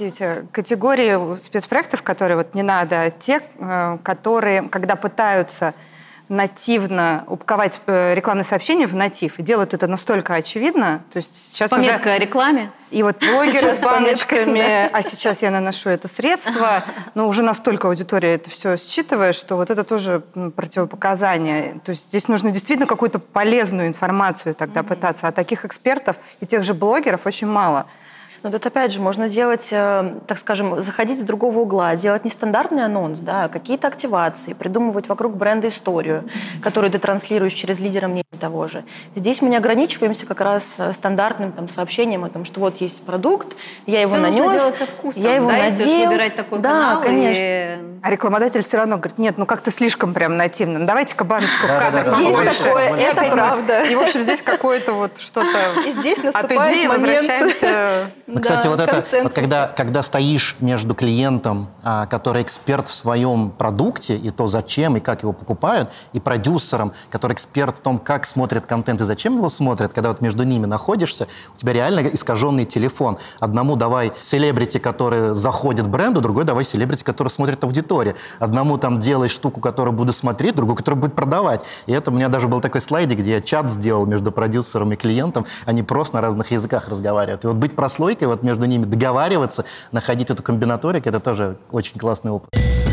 категории спецпроектов, которые вот не надо, те, которые, когда пытаются нативно упаковать рекламные сообщения в натив, и делают это настолько очевидно, то есть сейчас пометка о рекламе. И вот блогеры с баночками, а сейчас я наношу это средство, но уже настолько аудитория это все считывает, что вот это тоже противопоказание. То есть здесь нужно действительно какую-то полезную информацию тогда пытаться, а таких экспертов и тех же блогеров очень мало. Но тут опять же можно делать, так скажем, заходить с другого угла, делать нестандартный анонс, да, а какие-то активации, придумывать вокруг бренда историю, которую ты транслируешь через лидера мнения того же. Здесь мы не ограничиваемся как раз стандартным сообщением о том, что вот есть продукт, я его нанес, нужно делать со вкусом, я его надел. Выбирать такой канал. Конечно. А рекламодатель все равно говорит, нет, как-то слишком прям нативно. Давайте-ка баночку в кадр побольше. Есть такое, это правда. И, в общем, здесь какое-то вот что-то... И здесь от идеи возвращаемся... Кстати, вот это, когда стоишь между клиентом, который эксперт в своем продукте, и то, зачем и как его покупают, и продюсером, который эксперт в том, как смотрит контент и зачем его смотрят, когда вот между ними находишься, у тебя реально искаженный телефон. Одному давай селебрити, который заходит бренду, другой давай селебрити, который смотрит аудитория. Одному там делай штуку, которую буду смотреть, другую, которую будет продавать. И это у меня даже был такой слайдик, где я чат сделал между продюсером и клиентом, они просто на разных языках разговаривают. И вот быть прослойкой, вот между ними договариваться, находить эту комбинаторику, это тоже очень классный опыт.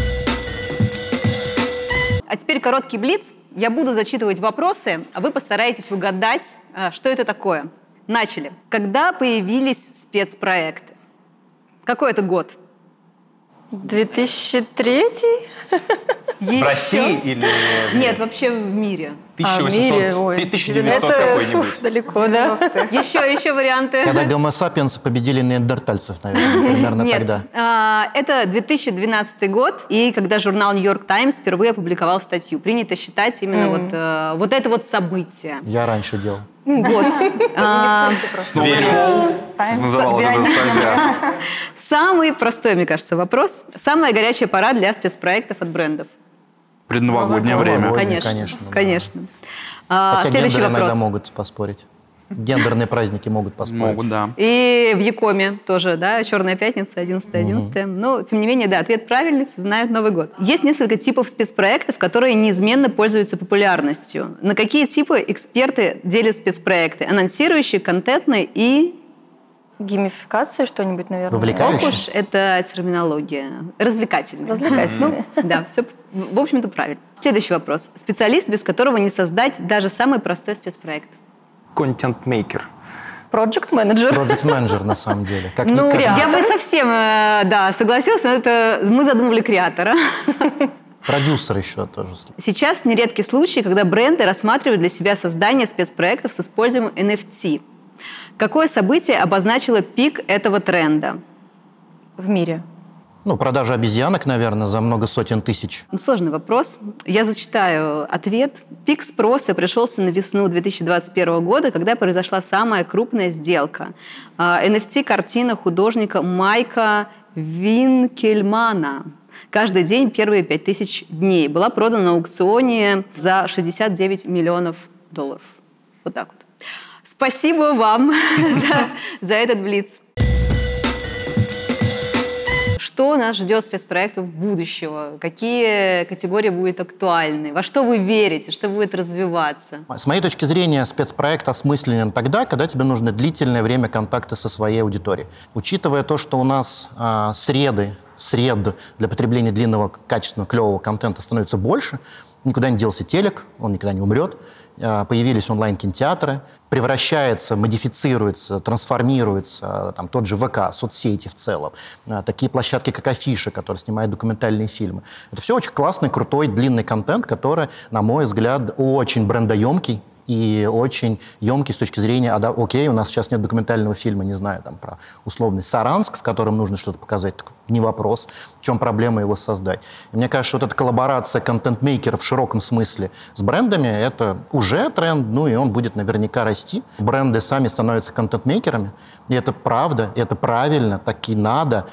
А теперь короткий блиц. Я буду зачитывать вопросы, а вы постараетесь угадать, что это такое. Начали. Когда появились спецпроекты? Какой это год? 2003? Еще? В России или... Нет, вообще в мире. 1900 какой-нибудь. Далеко, да? Еще варианты. Когда гомо-сапиенсы победили неандертальцев, наверное, примерно Нет, тогда. это 2012 год, и когда журнал «Нью-Йорк Таймс» впервые опубликовал статью. Принято считать именно вот это вот событие. Я раньше делал. Вот. Называлась эта статья. Самый простой, мне кажется, вопрос. Самая горячая пора для спецпроектов от брендов. Предновогоднее время. Конечно. Хотя Следующий гендеры иногда вопрос. могут поспорить. Гендерные праздники могут поспорить. Могут, да. И в Якоме тоже, да, «Черная пятница», 11.11. Но, тем не менее, да, ответ правильный, все знают Новый год. Есть несколько типов спецпроектов, которые неизменно пользуются популярностью. На какие типы эксперты делят спецпроекты? Анонсирующие, контентные и... Геймификация что-нибудь, наверное. Вовлекающие? Ох уж, это терминология. Развлекательная. Развлекательная. Да, все, в общем-то, правильно. Следующий вопрос. Специалист, без которого не создать даже самый простой спецпроект. Контент-мейкер. Проджект-менеджер. Проджект-менеджер, на самом деле. Я бы совсем, согласилась, но это мы задумывали креатора. Продюсер еще тоже. Сейчас нередки случаи, когда бренды рассматривают для себя создание спецпроектов с использованием NFT. Какое событие обозначило пик этого тренда? В мире. Продажа обезьянок, наверное, за много сотен тысяч. Сложный вопрос. Я зачитаю ответ. Пик спроса пришелся на весну 2021 года, когда произошла самая крупная сделка. NFT-картина художника Майка Винкельмана. Каждый день первые 5000 дней была продана на аукционе за $69 миллионов. Вот так вот. Спасибо вам за этот блиц. Что нас ждет спецпроектов будущего? Какие категории будут актуальны? Во что вы верите? Что будет развиваться? С моей точки зрения, спецпроект осмысленен тогда, когда тебе нужно длительное время контакта со своей аудиторией. Учитывая то, что у нас сред для потребления длинного, качественного, клевого контента становится больше, никуда не делся телек, он никогда не умрет, появились онлайн-кинотеатры, превращается, модифицируется, трансформируется там, тот же ВК, соцсети в целом, такие площадки, как Афиша, которые снимают документальные фильмы. Это все очень классный, крутой, длинный контент, который, на мой взгляд, очень брендоемкий и очень емкий с точки зрения, окей, у нас сейчас нет документального фильма, не знаю, там, про условный Саранск, в котором нужно что-то показать, не вопрос, в чем проблема его создать. И мне кажется, что вот эта коллаборация контент-мейкеров в широком смысле с брендами, это уже тренд, ну и он будет наверняка расти. Бренды сами становятся контент-мейкерами, и это правда, это правильно, так и надо.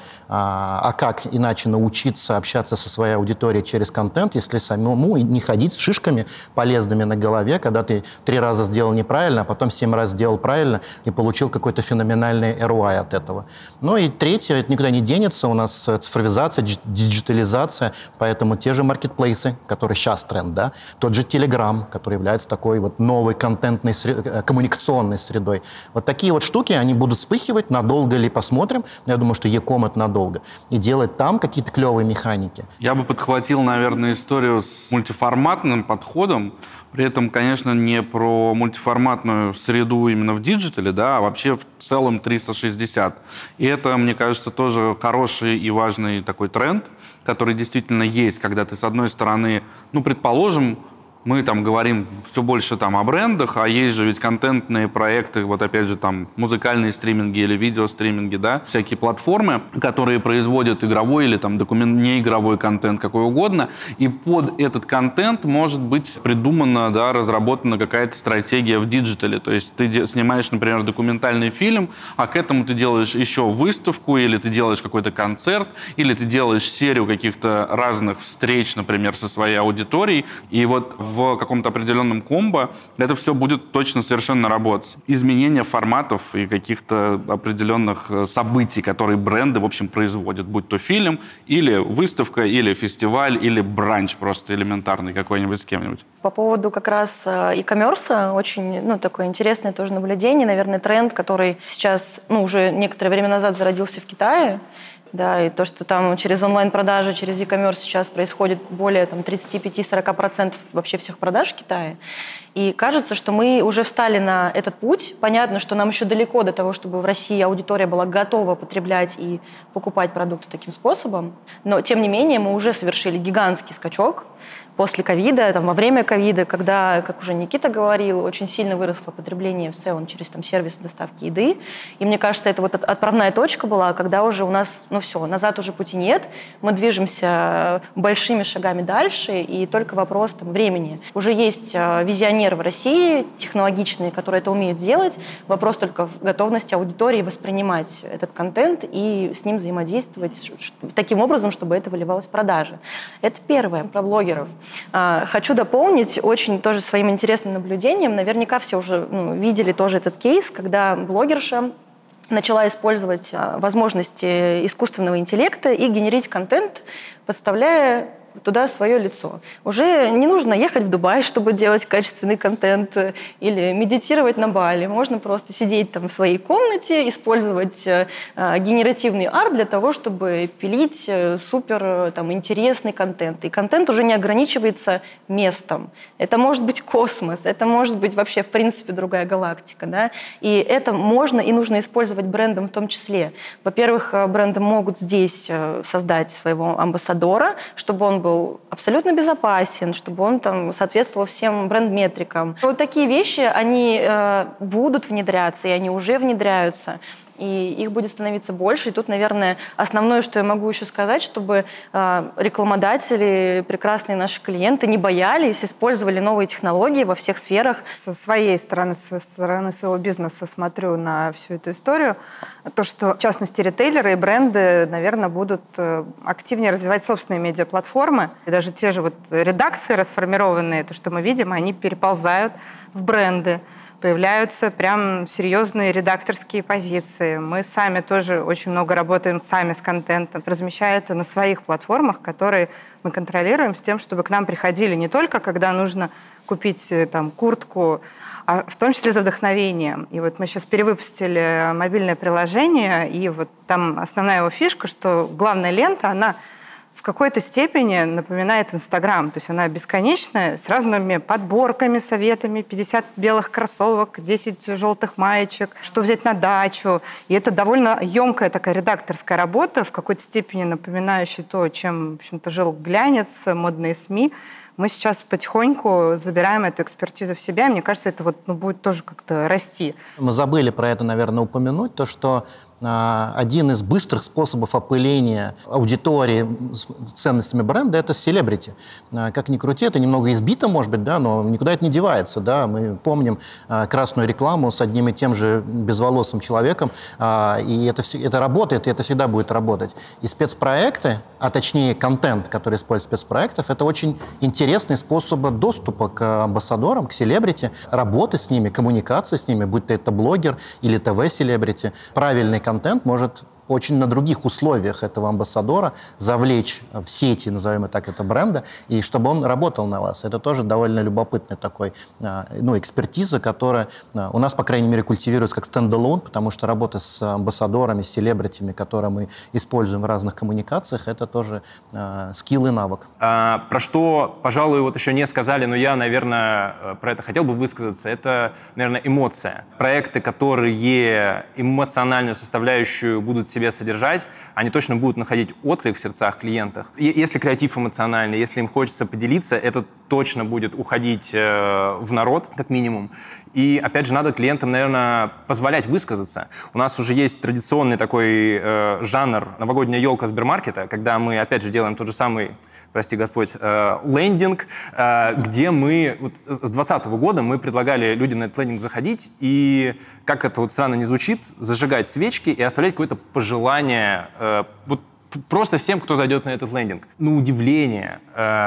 А как иначе научиться общаться со своей аудиторией через контент, если самому не ходить с шишками полезными на голове, когда ты 3 раза сделал неправильно, а потом 7 раз сделал правильно и получил какой-то феноменальный ROI от этого. Ну и третье, это никуда не денется, у нас цифровизация, диджитализация, поэтому те же маркетплейсы, которые сейчас тренд, да, тот же Telegram, который является такой вот новой контентной, коммуникационной средой. Вот такие вот штуки, они будут вспыхивать, надолго ли посмотрим, я думаю, что e-com это надолго, и делать там какие-то клевые механики. Я бы подхватил, наверное, историю с мультиформатным подходом, при этом, конечно, не про мультиформатную среду именно в диджитале, да, а вообще в целом 360. И это, мне кажется, тоже хороший и важный такой тренд, который действительно есть, когда ты, с одной стороны, ну, предположим, мы там говорим все больше там о брендах, а есть же ведь контентные проекты, вот опять же там музыкальные стриминги или видеостриминги, да, всякие платформы, которые производят игровой или там неигровой контент, какой угодно, и под этот контент может быть придумана, да, разработана какая-то стратегия в диджитале, то есть ты снимаешь, например, документальный фильм, а к этому ты делаешь еще выставку, или ты делаешь какой-то концерт, или ты делаешь серию каких-то разных встреч, например, со своей аудиторией, и вот в каком-то определенном комбо это все будет точно совершенно работать. Изменение форматов и каких-то определенных событий, которые бренды, в общем, производят, будь то фильм, или выставка, или фестиваль, или бранч просто элементарный какой-нибудь с кем-нибудь. По поводу как раз e-commerce, очень такое интересное тоже наблюдение, наверное, тренд, который сейчас, уже некоторое время назад зародился в Китае. Да, и то, что там через онлайн-продажи, через e-commerce сейчас происходит более 35-40% вообще всех продаж в Китае. И кажется, что мы уже встали на этот путь. Понятно, что нам еще далеко до того, чтобы в России аудитория была готова потреблять и покупать продукты таким способом. Но, тем не менее, мы уже совершили гигантский скачок после ковида, во время ковида, когда, как уже Никита говорил, очень сильно выросло потребление в целом через сервисы доставки еды. И мне кажется, это вот отправная точка была, когда уже у нас, все, назад уже пути нет, мы движемся большими шагами дальше, и только вопрос времени. Уже есть визионеры в России, технологичные, которые это умеют делать. Вопрос только в готовности аудитории воспринимать этот контент и с ним взаимодействовать таким образом, чтобы это выливалось в продажи. Это первое, про блогеров. Хочу дополнить очень тоже своим интересным наблюдением. Наверняка все уже видели тоже этот кейс, когда блогерша начала использовать возможности искусственного интеллекта и генерить контент, подставляя туда свое лицо. Уже не нужно ехать в Дубай, чтобы делать качественный контент или медитировать на Бали. Можно просто сидеть в своей комнате, использовать генеративный арт для того, чтобы пилить супер интересный контент. И контент уже не ограничивается местом. Это может быть космос, это может быть вообще в принципе другая галактика. Да? И это можно и нужно использовать брендам в том числе. Во-первых, бренды могут здесь создать своего амбассадора, чтобы он был абсолютно безопасен, чтобы он соответствовал всем бренд-метрикам. Вот такие вещи, они будут внедряться, и они уже внедряются. И их будет становиться больше. И тут, наверное, основное, что я могу еще сказать, чтобы рекламодатели, прекрасные наши клиенты не боялись, использовали новые технологии во всех сферах. Со своей стороны, со стороны своего бизнеса смотрю на всю эту историю. То, что, в частности, ритейлеры и бренды, наверное, будут активнее развивать собственные медиаплатформы. И даже те же редакции расформированные, то, что мы видим, они переползают в бренды. появляются прям серьезные редакторские позиции. Мы сами тоже очень много работаем сами с контентом, размещая это на своих платформах, которые мы контролируем с тем, чтобы к нам приходили не только, когда нужно купить там куртку, а в том числе за вдохновением. И вот мы сейчас перевыпустили мобильное приложение, и вот там основная его фишка, что главная лента, она в какой-то степени напоминает Инстаграм. То есть она бесконечная, с разными подборками, советами, 50 белых кроссовок, 10 желтых маечек, что взять на дачу. И это довольно емкая такая редакторская работа, в какой-то степени напоминающая то, чем, в общем-то, жил глянец, модные СМИ. Мы сейчас потихоньку забираем эту экспертизу в себя. И мне кажется, это вот, будет тоже как-то расти. Мы забыли про это, наверное, упомянуть, то, что один из быстрых способов опыления аудитории с ценностями бренда – это селебрити. Как ни крути, это немного избито, может быть, да, но никуда это не девается. Да? Мы помним красную рекламу с одним и тем же безволосым человеком, и это работает, и это всегда будет работать. И спецпроекты, а точнее контент, который использует спецпроектов, это очень интересный способ доступа к амбассадорам, к селебрити, работы с ними, коммуникации с ними, будь то это блогер или ТВ-селебрити. Правильный контент может очень на других условиях этого амбассадора завлечь в сети, назовем так, это бренда, и чтобы он работал на вас. Это тоже довольно любопытная такой, экспертиза, которая у нас, по крайней мере, культивируется как стендалон, потому что работа с амбассадорами, с селебритями, которые мы используем в разных коммуникациях, это тоже скилл и навык. Про что, пожалуй, вот еще не сказали, но я, наверное, про это хотел бы высказаться, это, наверное, эмоция. Проекты, которые эмоциональную составляющую будут себе содержать, они точно будут находить отклик в сердцах клиентов. Если креатив эмоциональный, если им хочется поделиться, это точно будет уходить в народ, как минимум. И, опять же, надо клиентам, наверное, позволять высказаться. У нас уже есть традиционный такой жанр «Новогодняя елка Сбермаркета», когда мы, опять же, делаем тот же самый, прости Господь, лендинг, где мы с 2020 года мы предлагали людям на этот лендинг заходить и, как это вот странно не звучит, зажигать свечки и оставлять какое-то пожелание просто всем, кто зайдет на этот лендинг. На удивление,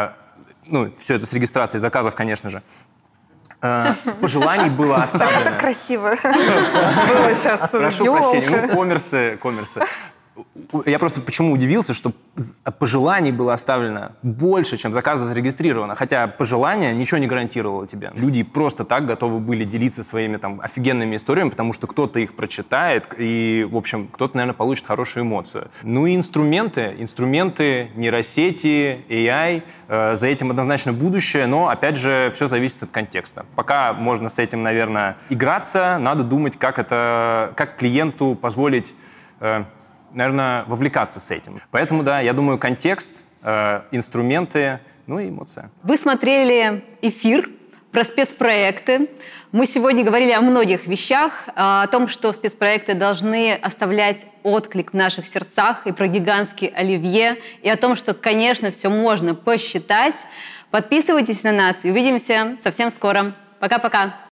все это с регистрацией заказов, конечно же, пожеланий было оставлено. Как красиво было сейчас. Прошу прощения, коммерсы. Я просто почему удивился, что пожеланий было оставлено больше, чем заказов зарегистрировано. Хотя пожелания ничего не гарантировало тебе. Люди просто так готовы были делиться своими там офигенными историями, потому что кто-то их прочитает, и, в общем, кто-то, наверное, получит хорошую эмоцию. Ну и инструменты, нейросети, AI, за этим однозначно будущее, но, опять же, все зависит от контекста. Пока можно с этим, наверное, играться, надо думать, как клиенту позволить наверное, вовлекаться с этим. Поэтому, да, я думаю, контекст, инструменты, и эмоция. Вы смотрели эфир про спецпроекты. Мы сегодня говорили о многих вещах, о том, что спецпроекты должны оставлять отклик в наших сердцах, и про гигантский оливье, и о том, что, конечно, все можно посчитать. Подписывайтесь на нас и увидимся совсем скоро. Пока-пока!